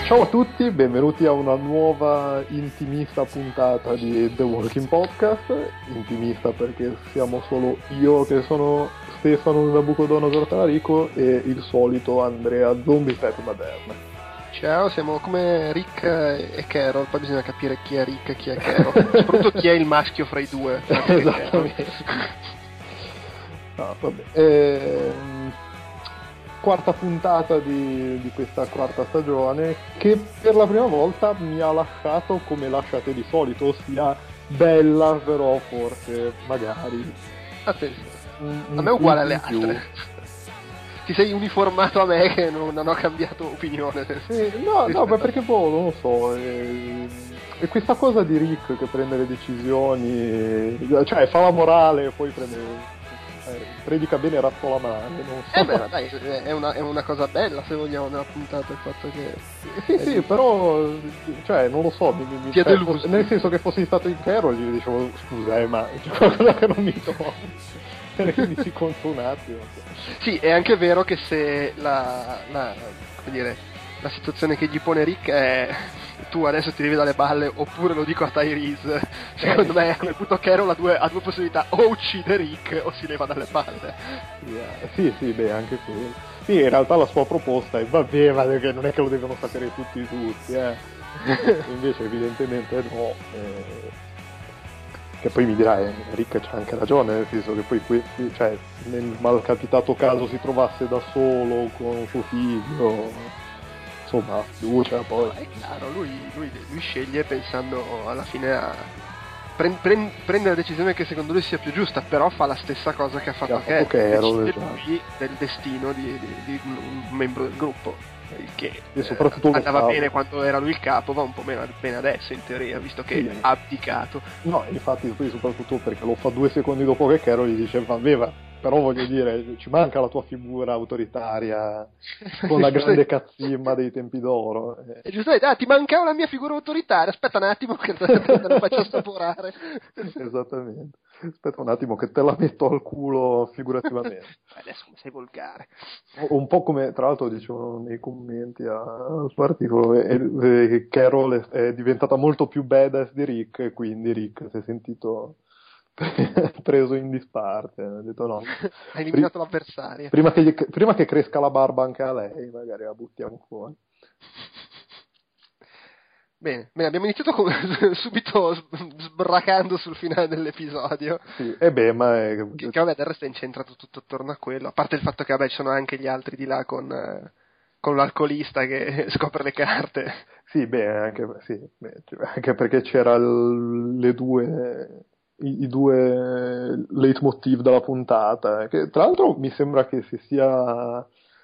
Ciao a tutti, benvenuti a una nuova intimista puntata di The Walking Podcast. Intimista perché siamo solo io che sono Stefano Nabucodonosor Talarico e il solito Andrea Zombie Pet Maderna. Ciao, siamo come Rick e Carol, poi bisogna capire chi è Rick e chi è Carol, soprattutto chi è il maschio fra i due. Esattamente. No, vabbè. Quarta puntata di questa quarta stagione che per la prima volta mi ha lasciato come lasciate di solito, ossia bella, però forse magari a me è uguale alle altre. Ti sei uniformato a me che non ho cambiato opinione. No, perché non lo so, è questa cosa di Rick che prende le decisioni, cioè fa la morale e poi predica bene e razzola male, non so. Beh, dai, è una cosa bella se vogliamo nella puntata il fatto che sì, però cioè non lo so, ti ha deluso. Nel senso che fossi stato in Carol gli dicevo scusa ma c'è qualcosa che non mi trovo, mi si conto un attimo. Sì, è anche vero che se la situazione che gli pone Rick è tu adesso ti devi dalle balle oppure lo dico a Tyrese, secondo me a quel punto Carol ha due possibilità: o uccide Rick o si leva dalle balle. Sì, beh, anche quello. Sì, in realtà la sua proposta è vabbè, ma che non è che lo devono sapere tutti, invece evidentemente no. Che poi mi dirai, Rick c'ha anche ragione, nel senso che poi cioè, nel malcapitato caso si trovasse da solo con suo figlio, insomma, fiducia poi. È chiaro, lui sceglie pensando alla fine a prende la decisione che secondo lui sia più giusta, però fa la stessa cosa che ha fatto Carol, decide lui del destino di un membro del gruppo. Il che andava bene quando era lui il capo, va un po' meno bene adesso in teoria, visto che ha abdicato. No, infatti poi soprattutto perché lo fa 2 secondi dopo che Carol gli dice vabbè, però voglio dire, ci manca la tua figura autoritaria con la grande cazzimma dei tempi d'oro. E giustamente, ti mancava la mia figura autoritaria, aspetta un attimo che te la faccio assaporare. Esattamente. Aspetta un attimo che te la metto al culo figurativamente. Adesso sei volgare. Un po' come, tra l'altro, dicevano nei commenti al suo articolo, Carol è diventata molto più badass di Rick, e quindi Rick si è sentito preso in disparte. Ha detto no. Ha eliminato l'avversario. Prima che cresca la barba anche a lei, magari la buttiamo fuori. Bene, abbiamo iniziato subito sbracando sul finale dell'episodio. Sì, ma che vabbè, del resto è incentrato tutto attorno a quello, a parte il fatto che vabbè ci sono anche gli altri di là con l'alcolista che scopre le carte. Sì, anche perché c'era i due leitmotiv della puntata, che tra l'altro mi sembra che si sia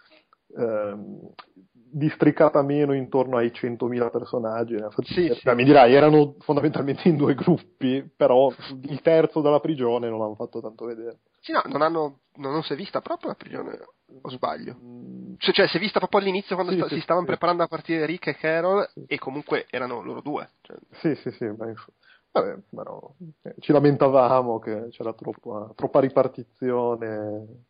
districata meno intorno ai 100.000 personaggi. Sì. Mi dirai, erano fondamentalmente in 2 gruppi, però il terzo della prigione non l'hanno fatto tanto vedere. Sì, no, non si è vista proprio la prigione, o sbaglio? Cioè si è vista proprio all'inizio quando si stavano preparando a partire Rick e Carol, e comunque erano loro due. Cioè. Sì, vabbè, però ci lamentavamo che c'era troppa ripartizione.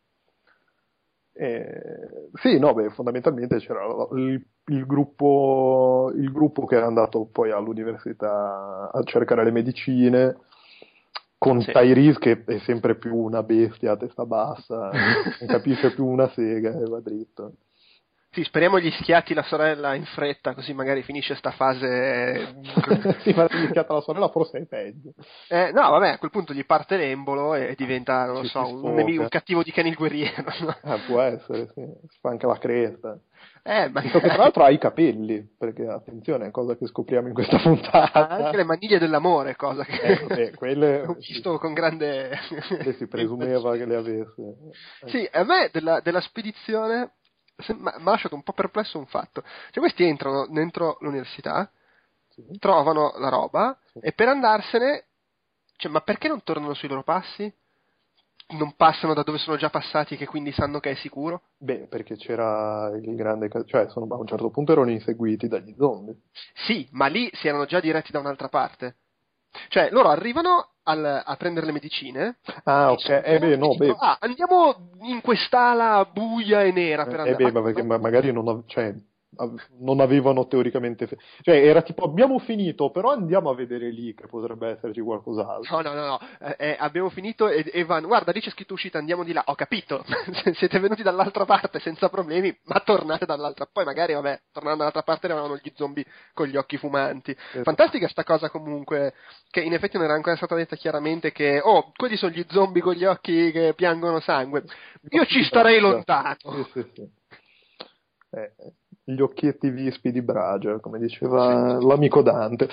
Fondamentalmente c'era il gruppo che era andato poi all'università a cercare le medicine, con Tyrese che è sempre più una bestia a testa bassa, non capisce più una sega e va dritto. Sì, speriamo gli schiatti la sorella in fretta, così magari finisce sta fase. Sì, ma se gli schiatta la sorella forse è peggio. No, vabbè, a quel punto gli parte l'embolo e diventa, non so, un cattivo di Ken il guerriero. Può essere, sì. Si fa anche la cresta. Ma che tra l'altro ha i capelli, perché attenzione, è cosa che scopriamo in questa puntata. Anche le maniglie dell'amore, cosa che quelle ho visto con grande. Si presumeva che le avesse. Sì, a me della spedizione mi ha lasciato un po' perplesso un fatto. Cioè questi entrano dentro l'università, trovano la roba, e per andarsene, ma perché non tornano sui loro passi? Non passano da dove sono già passati, che quindi sanno che è sicuro? Beh, perché c'era il grande, cioè a un certo punto erano inseguiti dagli zombie. Sì, ma lì si erano già diretti da un'altra parte. Cioè loro arrivano a prendere le medicine. Andiamo in quest'ala buia e nera per andare. Ma perché magari non, cioè non avevano teoricamente cioè era tipo abbiamo finito, però andiamo a vedere lì che potrebbe esserci qualcos'altro. No, abbiamo finito e van, guarda lì c'è scritto uscita, andiamo di là, ho capito, siete venuti dall'altra parte senza problemi, ma tornate dall'altra, poi magari vabbè, tornando dall'altra parte eravamo gli zombie con gli occhi fumanti. Fantastica sta cosa comunque, che in effetti non era ancora stata detta chiaramente che, quelli sono gli zombie con gli occhi che piangono sangue, io ci starei lontano. Sì. Gli occhietti vispi di Braga, come diceva l'amico Dante.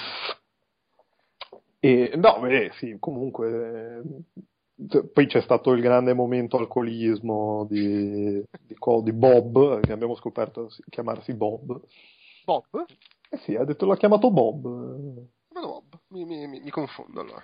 E no, sì, comunque poi c'è stato il grande momento alcolismo di Bob, che abbiamo scoperto chiamarsi Bob. Bob? Eh sì, ha detto l'ha chiamato Bob. Bob, mi confondo allora.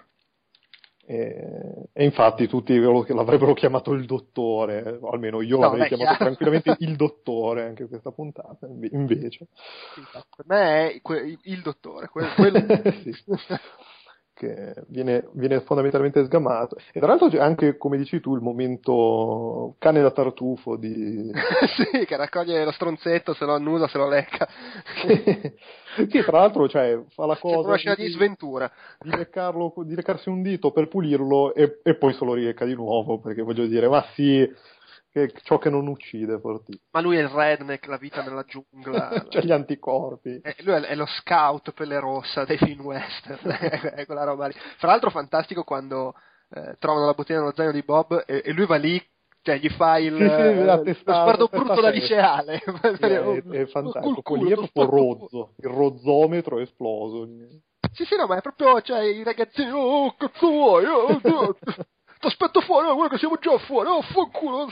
E infatti tutti l'avrebbero chiamato il dottore, o almeno io l'avrei chiamato tranquillamente il dottore anche questa puntata, invece. Per me è il dottore, quello sì. Che viene fondamentalmente sgamato. E tra l'altro c'è anche, come dici tu, il momento cane da tartufo di... sì, che raccoglie lo stronzetto, se lo annusa, se lo lecca. sì, tra l'altro, cioè, fa la cosa... C'è una scena di sventura. Di leccarsi un dito per pulirlo e poi se lo rilecca di nuovo, perché voglio dire, ma sì... ciò che non uccide, fortissimo. Ma lui è il redneck, la vita nella giungla. C'ha gli anticorpi. Lui è lo scout pelle rossa dei film western, è quella roba lì. Fra l'altro fantastico quando trovano la bottiglia nello zaino di Bob e lui va lì, cioè gli fa lo sguardo brutto da liceale. È fantastico, quello lì è proprio rozzo, il rozzometro è esploso. Sì, no, ma è proprio, cioè, i ragazzini, cazzo vuoi, ti aspetto fuori, guarda che siamo già fuori, fanculo.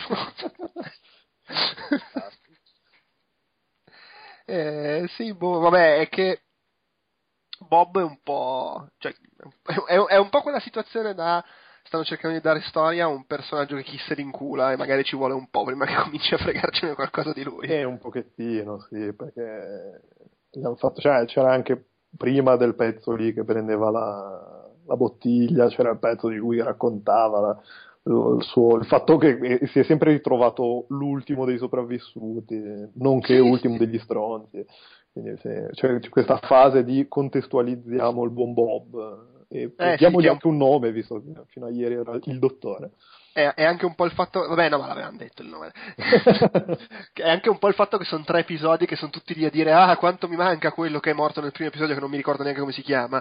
Sì, vabbè, è che Bob è un po', cioè, è un po' quella situazione stanno cercando di dare storia a un personaggio che chi se l'incula e magari ci vuole un po' prima che cominci a fregarcene qualcosa di lui. Un pochettino, sì, perché cioè, c'era anche prima del pezzo lì che prendeva la bottiglia, c'era il pezzo di lui che raccontava il fatto che si è sempre ritrovato l'ultimo dei sopravvissuti, nonché ultimo degli stronzi. Quindi c'è questa fase di contestualizziamo il buon Bob e diamogli anche un nome, visto che fino a ieri era il dottore. È anche un po' il fatto, vabbè no, ma l'avevano detto il nome. È anche un po' il fatto che sono 3 episodi che sono tutti lì a dire quanto mi manca quello che è morto nel primo episodio che non mi ricordo neanche come si chiama.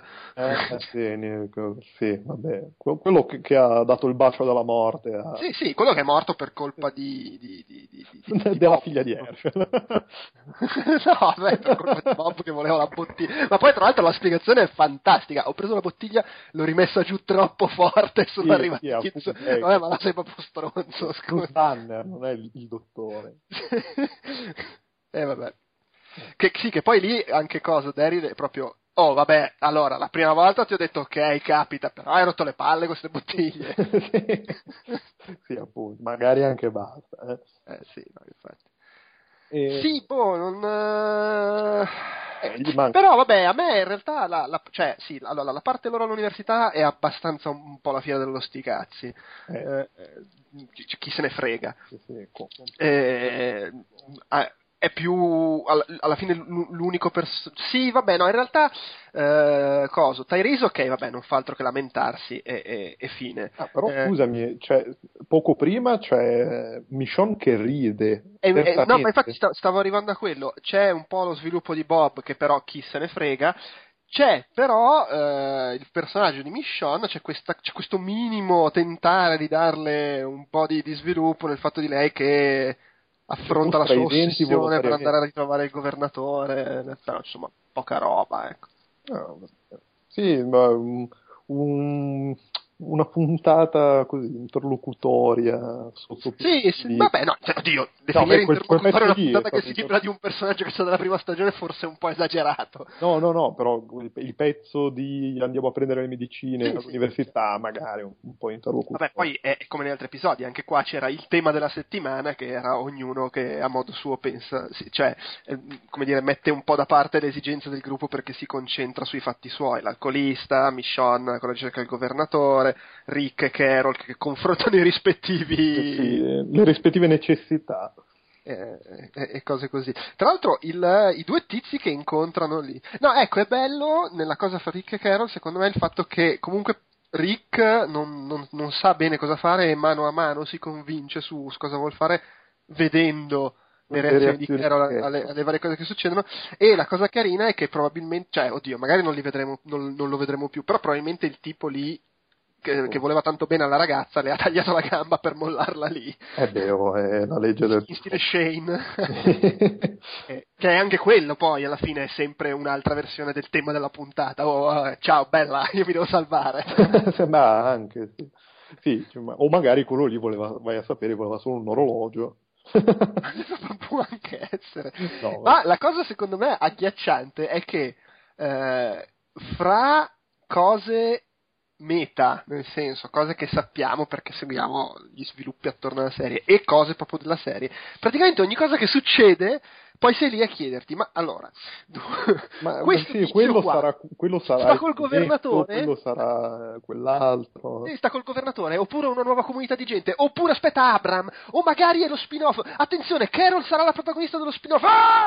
Sì, vabbè, quello che ha dato il bacio della morte. Sì, quello che è morto per colpa della figlia di Herschel. No, vabbè, per colpa di Bob che voleva la bottiglia. Ma poi tra l'altro la spiegazione è fantastica. Ho preso la bottiglia, l'ho rimessa giù troppo forte e sono arrivati. Vabbè, ma sei proprio stronzo, scusa. Tanner, non è il dottore. Vabbè. Che poi lì anche Daryl è proprio... Oh, vabbè, allora, la prima volta ti ho detto ok, capita, però hai rotto le palle con queste bottiglie. Sì, appunto, magari anche basta. Sì, no, infatti. Sì, non... Però vabbè, a me in realtà la parte loro all'università è abbastanza un po' la fiera dello sti cazzi. Chi se ne frega. È più alla fine l'unico sì, vabbè, no, in realtà Tyrese, ok, vabbè, non fa altro che lamentarsi e fine. Però scusami, poco prima c'è Michonne che ride. No, ma infatti stavo arrivando a quello. C'è un po' lo sviluppo di Bob che però chi se ne frega. C'è però il personaggio di Michonne, c'è questo minimo tentare di darle un po' di sviluppo nel fatto di lei che affronta la sua ossessione per andare a ritrovare il governatore, però insomma poca roba, ecco. Sì, ma una puntata così interlocutoria sotto sì, vabbè, no, cioè, oddio, definire interlocutoria una puntata che si libera di un personaggio che sta dalla prima stagione forse è un po' esagerato. No, però il pezzo di andiamo a prendere le medicine all'università magari un po' interlocutorio. Vabbè, poi è come negli altri episodi, anche qua c'era il tema della settimana che era ognuno che a modo suo pensa, cioè, come dire, mette un po' da parte le esigenze del gruppo perché si concentra sui fatti suoi, l'alcolista, Michonne con la ricerca del governatore, Rick e Carol che confrontano i rispettivi le rispettive necessità. e cose così. Tra l'altro i due tizi che incontrano lì, no, ecco, è bello nella cosa fra Rick e Carol, secondo me, il fatto che comunque Rick non sa bene cosa fare e mano a mano si convince su cosa vuol fare vedendo le reazioni di Carol alle varie cose che succedono. E la cosa carina è che probabilmente, cioè, oddio, magari non lo vedremo più, però probabilmente il tipo lì che voleva tanto bene alla ragazza le ha tagliato la gamba per mollarla lì. È vero, è la legge del... In stile Shane. Che è anche quello poi, alla fine, è sempre un'altra versione del tema della puntata. Oh, ciao, bella, io mi devo salvare. Ma anche, sì. O magari quello lì vai a sapere, voleva solo un orologio. Può anche essere. No, ma la cosa secondo me agghiacciante è che fra cose meta, nel senso, cose che sappiamo perché seguiamo gli sviluppi attorno alla serie e cose proprio della serie, praticamente ogni cosa che succede poi sei lì a chiederti, ma allora quello sarà sta col governatore, quello sarà quell'altro, sta col governatore, oppure una nuova comunità di gente, oppure aspetta Abram, o magari è lo spin-off, attenzione, Carol sarà la protagonista dello spin-off.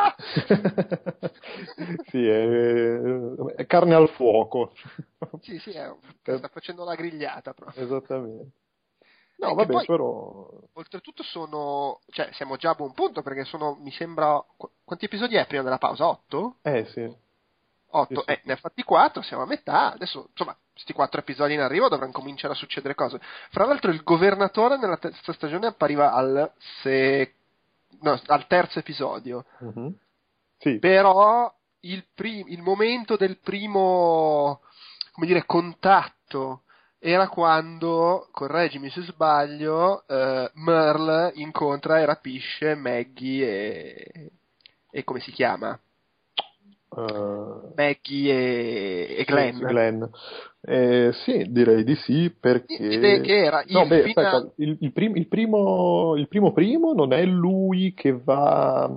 Sì, è carne al fuoco. Sì, sta facendo la grigliata proprio. Esattamente. No, vabbè, poi, però... oltretutto cioè, siamo già a buon punto, perché mi sembra... Quanti episodi è prima della pausa? 8? Sì. 8, sì. Ne ha fatti 4, siamo a metà, adesso, insomma, questi 4 episodi in arrivo dovranno cominciare a succedere cose. Fra l'altro il governatore nella terza stagione appariva al terzo episodio. Mm-hmm. Sì. Però il momento del primo, come dire, contatto era quando, correggimi se sbaglio, Merle incontra e rapisce Maggie e come si chiama? Maggie e Glenn. Glenn. Sì, direi di sì, perché... Che era aspetta, il primo non è lui che va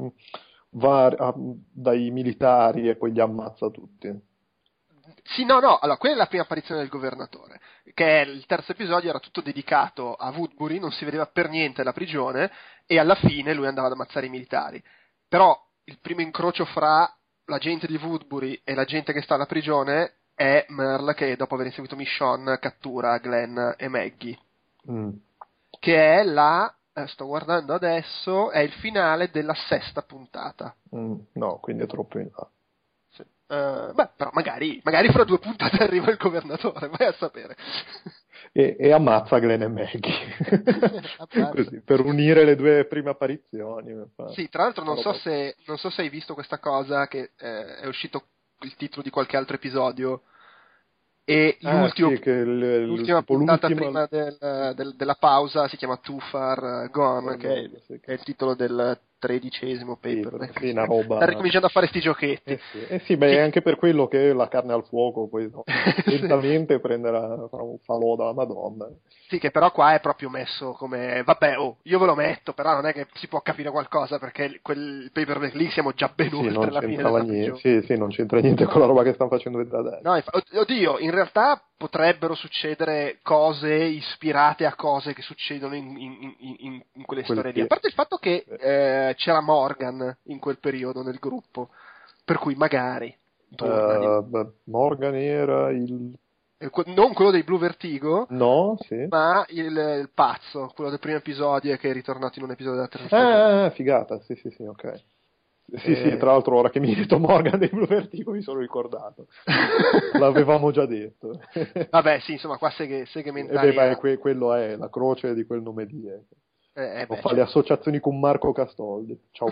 dai militari e poi li ammazza tutti. Sì, no, allora quella è la prima apparizione del governatore, che è il terzo episodio, era tutto dedicato a Woodbury, non si vedeva per niente la prigione e alla fine lui andava ad ammazzare i militari. Però il primo incrocio fra la gente di Woodbury e la gente che sta alla prigione è Merle che dopo aver inseguito Michonne cattura Glenn e Maggie. Che è sto guardando adesso, è il finale della sesta puntata. No, quindi è troppo in là. Però magari fra 2 puntate arriva il governatore, vai a sapere. E ammazza Glenn e Maggie. Così, per unire le due prime apparizioni. Sì, tra l'altro non so se hai visto questa cosa, che è uscito il titolo di qualche altro episodio e l'ultima puntata prima della pausa si chiama Too Far Gone, che è il titolo del 13° paper. Sì, una roba. Sta ricominciando a fare sti giochetti. Sì, beh, è anche per quello che la carne al fuoco poi lentamente prenderà un falò dalla Madonna. Sì, che però qua è proprio messo come vabbè, io ve lo metto, però non è che si può capire qualcosa, perché quel paperback lì siamo già ben oltre la fine della niente. Sì, non c'entra niente con la roba che stanno facendo vedere adesso. No, oddio, in realtà potrebbero succedere cose ispirate a cose che succedono in quelle storie lì. A parte il fatto che c'era Morgan in quel periodo nel gruppo, per cui magari Morgan era il... non quello dei Blue Vertigo, no, sì, ma il pazzo, quello del primo episodio che è ritornato in un episodio della terza stagione. Figata, sì, ok. Sì, tra l'altro ora che mi hai detto Morgan dei Blue Vertigo mi sono ricordato. L'avevamo già detto. Vabbè, sì, insomma, qua segmentare... quello è la croce di quel nome lì. Fa le associazioni con Marco Castoldi. Ciao.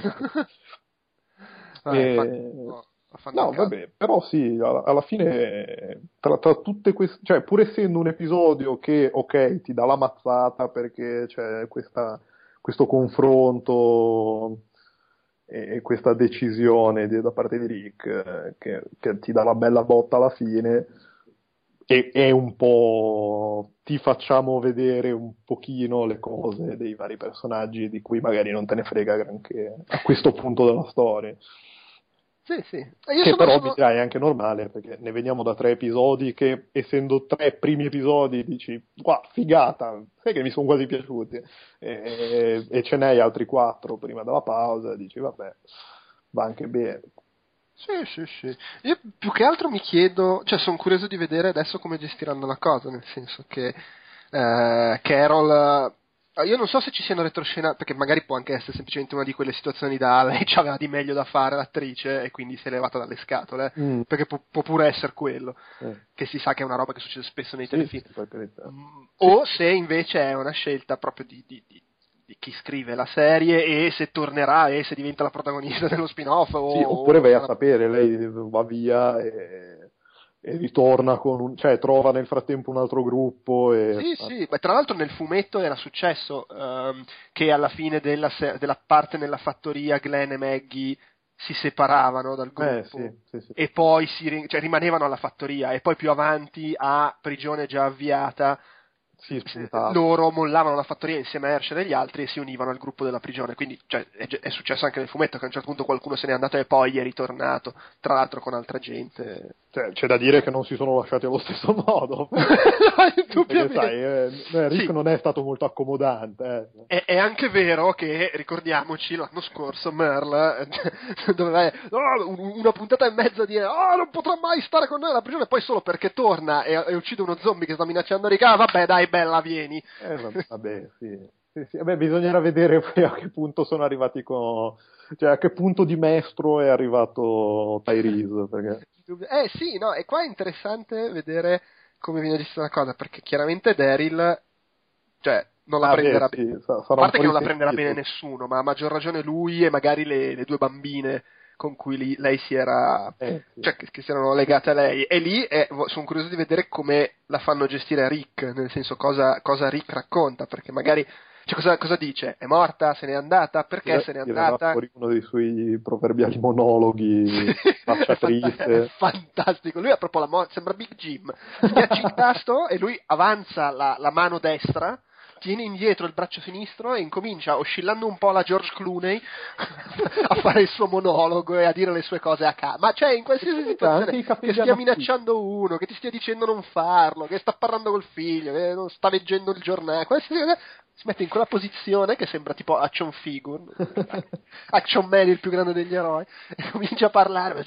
No, vabbè, però sì, alla fine tra tutte queste, cioè pur essendo un episodio che, ok, ti dà la mazzata perché c'è questo confronto e questa decisione da parte di Rick che ti dà la bella botta alla fine, e è un po' ti facciamo vedere un pochino le cose dei vari personaggi di cui magari non te ne frega granché a questo punto della storia. Sì. Che però mi dirai è anche normale, perché ne veniamo da 3 episodi che, essendo 3 primi episodi, dici, wow, figata, sai che mi sono quasi piaciuti, e ce n'hai altri 4 prima della pausa, dici, vabbè, va anche bene. Sì. Io più che altro mi chiedo, cioè sono curioso di vedere adesso come gestiranno la cosa, nel senso che Carol, io non so se ci siano retroscena, perché magari può anche essere semplicemente una di quelle situazioni da lei aveva di meglio da fare l'attrice e quindi si è levata dalle scatole, perché può pure essere quello, che si sa che è una roba che succede spesso nei telefilm. O se invece è una scelta proprio di chi scrive la serie e se tornerà e se diventa la protagonista dello spin-off oppure vai a sapere, lei va via e ritorna cioè trova nel frattempo un altro gruppo sì, ma tra l'altro nel fumetto era successo che alla fine della parte nella fattoria Glenn e Maggie si separavano dal gruppo sì. E poi cioè rimanevano alla fattoria e poi più avanti a prigione già avviata loro mollavano la fattoria insieme a Herschel e gli altri e si univano al gruppo della prigione, quindi cioè, è successo anche nel fumetto che a un certo punto qualcuno se n'è andato e poi è ritornato, tra l'altro con altra gente. Cioè, c'è da dire che non si sono lasciati allo stesso modo. Perché sai, Rick non è stato molto accomodante. È anche vero che, ricordiamoci, l'anno scorso Merle doveva una puntata e mezza di non potrà mai stare con noi alla prigione, poi solo perché torna e uccide uno zombie che sta minacciando Rick, vabbè dai bella vieni. Vabbè sì. Vabbè, bisognerà vedere poi a che punto sono arrivati cioè a che punto di mestro è arrivato Tyrese, perché... sì, no, e qua è interessante vedere come viene gestita la cosa, perché chiaramente Daryl, cioè, non la prenderà bene. A parte che non la prenderà bene nessuno, ma a maggior ragione lui e magari le 2 bambine con cui lei si era, cioè che si erano legate a lei, e lì sono curioso di vedere come la fanno gestire Rick, nel senso cosa Rick racconta, perché magari cosa dice? È morta? Se n'è andata? Perché se n'è andata? Fuori uno dei suoi proverbiali monologhi, faccia triste. È fantastico, lui ha proprio sembra Big Jim, schiaccia il tasto e lui avanza la mano destra, tiene indietro il braccio sinistro e incomincia, oscillando un po' la George Clooney, a fare il suo monologo e a dire le sue cose a caso. Ma c'è in qualsiasi situazione che stia minacciando uno, che ti stia dicendo non farlo, che sta parlando col figlio, che non sta leggendo il giornale, si mette in quella posizione che sembra tipo Action Figure, Action Man, il più grande degli eroi, e comincia a parlare,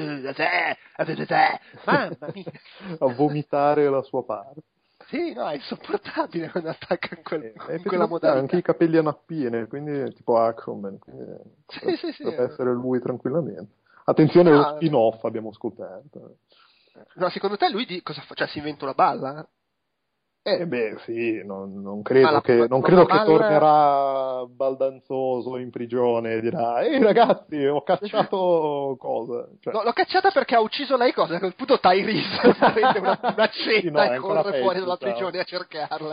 mamma mia, a vomitare la sua parte. Sì, no, è insopportabile quando attacca in quella modalità. Anche i capelli a nappine, quindi tipo Action Man, sì. Potrebbe essere lui tranquillamente. Attenzione, lo spin-off abbiamo scoperto. No, secondo te lui cosa fa? Cioè si inventa una balla? Sì, non credo che tornerà baldanzoso in prigione e dirà ehi ragazzi, ho cacciato cosa. Cioè... No, l'ho cacciata perché ha ucciso lei cosa? A quel punto Tyrese prende una cetta e corre fuori dalla prigione a cercarla.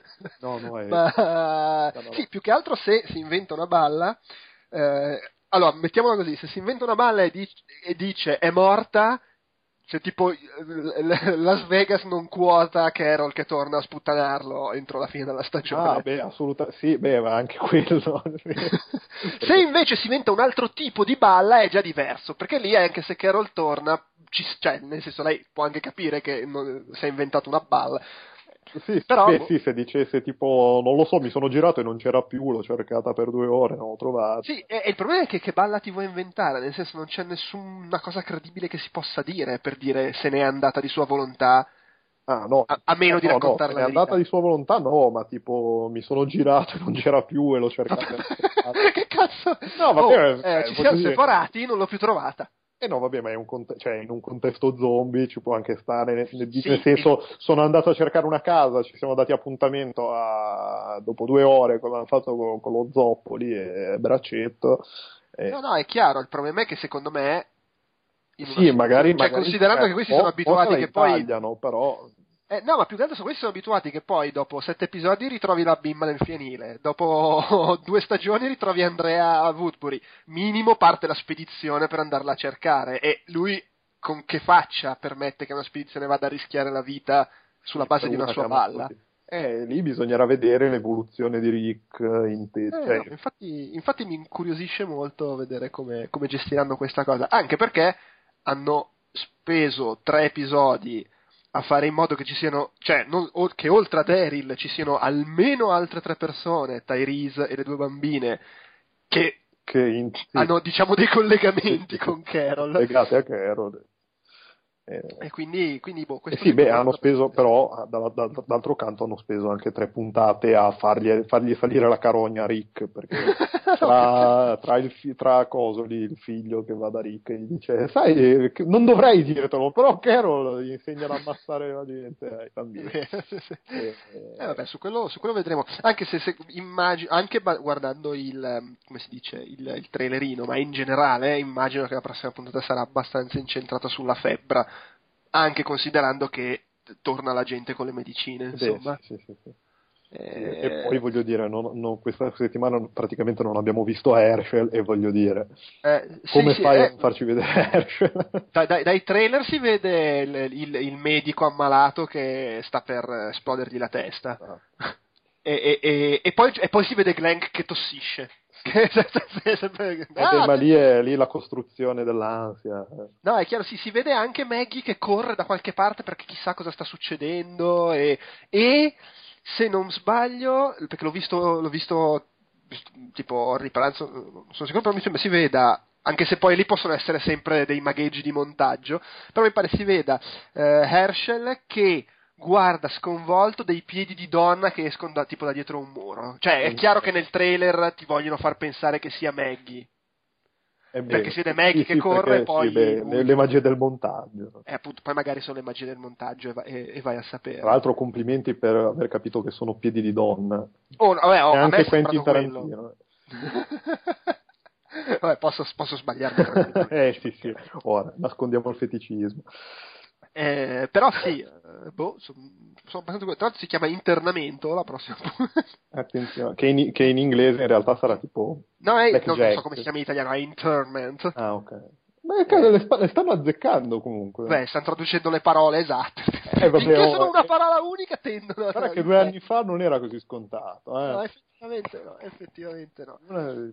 Sì, più che altro se si inventa una balla, allora mettiamola così, se si inventa una balla e dice è morta, cioè tipo Las Vegas non quota Carol che torna a sputtanarlo entro la fine della stagione. Assolutamente sì, ma anche quello. Se invece si inventa un altro tipo di balla è già diverso, perché lì anche se Carol torna, cioè nel senso lei può anche capire che si è inventato una balla. Sì, però sì, se dicesse tipo non lo so, mi sono girato e non c'era più, l'ho cercata per 2 ore, non l'ho trovata. Sì, e il problema è che balla ti vuoi inventare, nel senso non c'è nessuna cosa credibile che si possa dire per dire se n'è andata di sua volontà. No, a meno di raccontarla. Se n'è andata di sua volontà no, ma tipo mi sono girato e non c'era più e l'ho cercata. Che cazzo? No, vabbè, ci siamo separati, non l'ho più trovata. No, vabbè, ma è in un contesto zombie ci può anche stare, nel senso, sono andato a cercare una casa, ci siamo dati appuntamento dopo 2 ore, come hanno fatto con lo zoppo lì e braccetto. No, è chiaro, il problema è che secondo me... magari considerando che questi sono abituati che poi... però... no, ma più che altro questi sono abituati che poi dopo 7 episodi ritrovi la bimba nel fienile, dopo 2 stagioni ritrovi Andrea a Woodbury, minimo parte la spedizione per andarla a cercare, e lui con che faccia permette che una spedizione vada a rischiare la vita sulla base di una sua balla? Lì bisognerà vedere l'evoluzione di Rick no, infatti mi incuriosische molto vedere come gestiranno questa cosa, anche perché hanno speso 3 episodi a fare in modo che ci siano, cioè che oltre a Daryl ci siano almeno altre 3 persone, Tyrese e le 2 bambine, che hanno diciamo dei collegamenti con Carol. Legate a Carol. E quindi questo hanno speso, però d'altro canto hanno speso anche 3 puntate a fargli salire la carogna a Rick, perché tra coso lì, il figlio che va da Rick e gli dice sai, non dovrei dirtelo, però Carol gli insegna ad ammazzare la gente ai bambini. Vabbè, su quello vedremo, anche se immagino, anche guardando il come si dice, il trailerino, ma in generale immagino che la prossima puntata sarà abbastanza incentrata sulla febbre, anche considerando che torna la gente con le medicine, insomma. Sì. E poi voglio dire, questa settimana praticamente non abbiamo visto Herschel, e voglio dire, come fai a farci vedere Herschel? Dai trailer si vede il medico ammalato che sta per esplodergli la testa. E poi si vede Glenn che tossisce. Ma lì è la costruzione dell'ansia. No, è chiaro, si vede anche Maggie che corre da qualche parte perché chissà cosa sta succedendo, e se non sbaglio, perché l'ho visto tipo ripranzo, non sono sicuro, però mi sembra si veda, anche se poi lì possono essere sempre dei magheggi di montaggio, però mi pare si veda Herschel che guarda sconvolto dei piedi di donna che escono tipo da dietro un muro. Cioè è chiaro che nel trailer ti vogliono far pensare che sia Maggie, perché si vede Maggie che corre e poi le magie del montaggio, appunto, poi magari sono le magie del montaggio e vai a sapere. Tra l'altro complimenti per aver capito che sono piedi di donna. E anche Quentin Tarantino. Vabbè, posso sbagliarmi. Sì, ora nascondiamo il feticismo. Però sì, sono abbastanza. Tra l'altro si chiama internamento la prossima. Attenzione, che in inglese in realtà sarà tipo non so come si chiama in italiano, è internment. Ah, ok. Beh, le stanno azzeccando comunque. Beh, stanno traducendo le parole esatte. Vabbè, finché sono una parola unica tendono. Guarda che 2 anni fa non era così scontato. No, effettivamente no.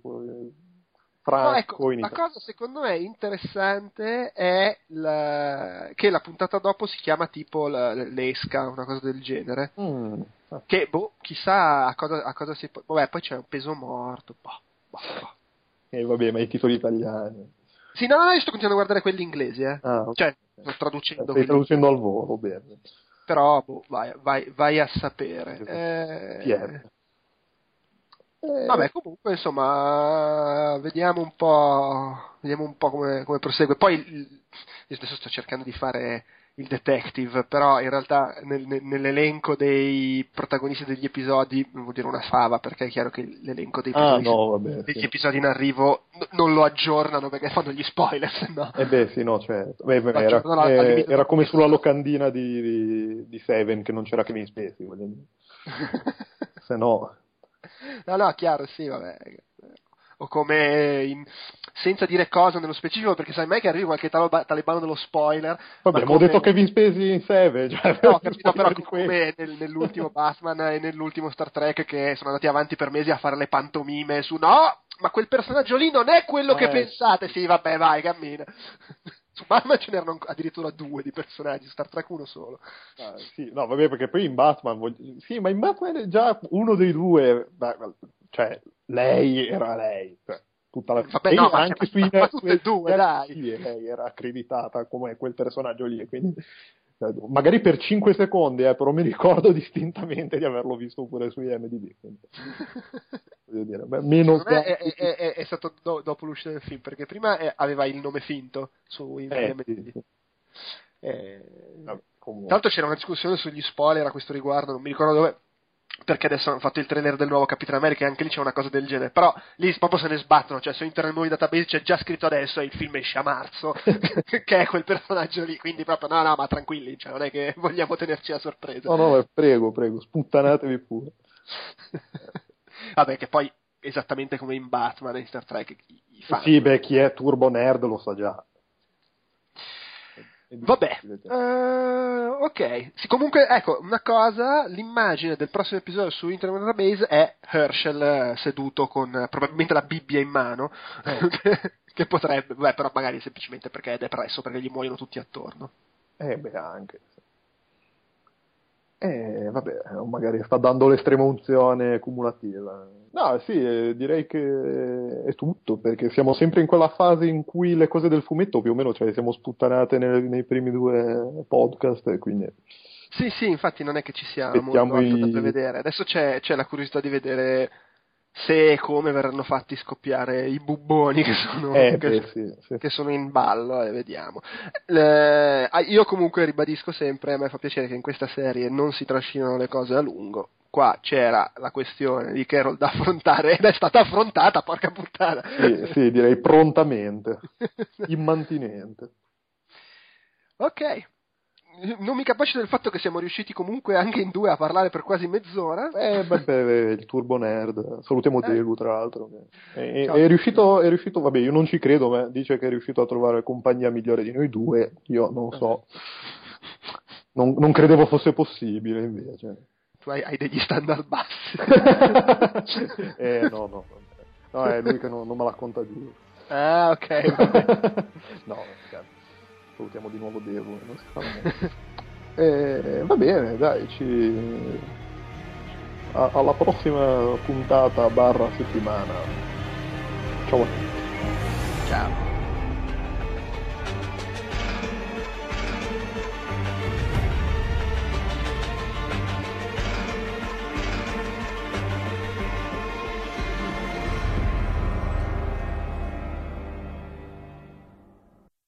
Franco, la cosa secondo me interessante è che la puntata dopo si chiama tipo l'esca, una cosa del genere. Che chissà a cosa si può. Vabbè, poi c'è un peso morto. Vabbè, ma i titoli italiani. Sì, no, io sto continuando a guardare quelli inglesi, okay. Cioè, sto traducendo. Stai traducendo al volo, bene. Però, vai a sapere. Vabbè, comunque, insomma, vediamo un po' come prosegue. Poi, io adesso sto cercando di fare il detective, però in realtà nell'elenco dei protagonisti degli episodi non vuol dire una fava, perché è chiaro che l'elenco dei protagonisti degli episodi in arrivo non lo aggiornano perché fanno gli spoiler, no? Sì, no, certo. Era come sulla locandina di Seven, che non c'era Kevin Spacey, voglio dire. Se no... No, chiaro, sì, vabbè. O come senza dire cosa nello specifico, perché sai mai che arrivi qualche talebano dello spoiler. Vabbè, ho detto Kevin Spacey in Seven. No, capito, però come nell'ultimo Batman e nell'ultimo Star Trek, che sono andati avanti per mesi a fare le pantomime su no, ma quel personaggio lì non è quello che pensate. Sì, vabbè, vai, cammina. Su Batman ce n'erano addirittura 2 di personaggi, Star Trek 1 solo. Sì, no, vabbè, perché poi in Batman sì, ma in Batman già uno dei 2, cioè lei era lei, cioè, tutta la vabbè, no, ma anche ma tutte e 2, dai. Sì, lei era accreditata come quel personaggio lì, quindi magari per 5 secondi, però mi ricordo distintamente di averlo visto pure su IMDb. Voglio dire, meno è stato dopo l'uscita del film, perché prima aveva il nome finto su IMDb. Sì. Tra l'altro c'era una discussione sugli spoiler a questo riguardo, non mi ricordo dove, perché adesso hanno fatto il trailer del nuovo Capitan America e anche lì c'è una cosa del genere, però lì proprio se ne sbattono, cioè su Internet Movie Database c'è già scritto adesso e il film esce a marzo che è quel personaggio lì, quindi proprio no, ma tranquilli, cioè non è che vogliamo tenerci a sorpresa. No, prego, sputtanatevi pure. Vabbè, che poi esattamente come in Batman e in Star Trek sì, chi è turbo nerd lo sa già. Vabbè, ok. Sì, comunque, ecco, una cosa, l'immagine del prossimo episodio su Internet Database è Herschel seduto con probabilmente la Bibbia in mano, che potrebbe, però magari semplicemente perché è depresso, perché gli muoiono tutti attorno. Beh, anche. Vabbè, magari sta dando l'estrema unzione cumulativa. No, sì, direi che è tutto, perché siamo sempre in quella fase in cui le cose del fumetto più o meno, cioè, siamo sputtanate nei primi 2 podcast, e quindi... Sì, infatti non è che ci sia molto altro da prevedere. Adesso c'è la curiosità di vedere se e come verranno fatti scoppiare i bubboni che sono, che sono in ballo, e vediamo. Io comunque ribadisco sempre, a me fa piacere che in questa serie non si trascinano le cose a lungo. Qua c'era la questione di Carol da affrontare ed è stata affrontata, porca puttana. Sì, direi prontamente, immantinente. Ok. Non mi capacito del fatto che siamo riusciti comunque anche in 2 a parlare per quasi mezz'ora. Il Turbo Nerd, salutiamo Delu tra l'altro. È riuscito, vabbè, io non ci credo, ma dice che è riuscito a trovare compagnia migliore di noi 2, io non so. Non credevo fosse possibile invece. Tu hai degli standard bassi. No, è lui che non me la conta giù. Ah, ok. Vabbè. No, scherzo. Salutiamo di nuovo Devo, non si fa niente. Va bene, dai, alla prossima puntata / settimana. Ciao a tutti. Ciao.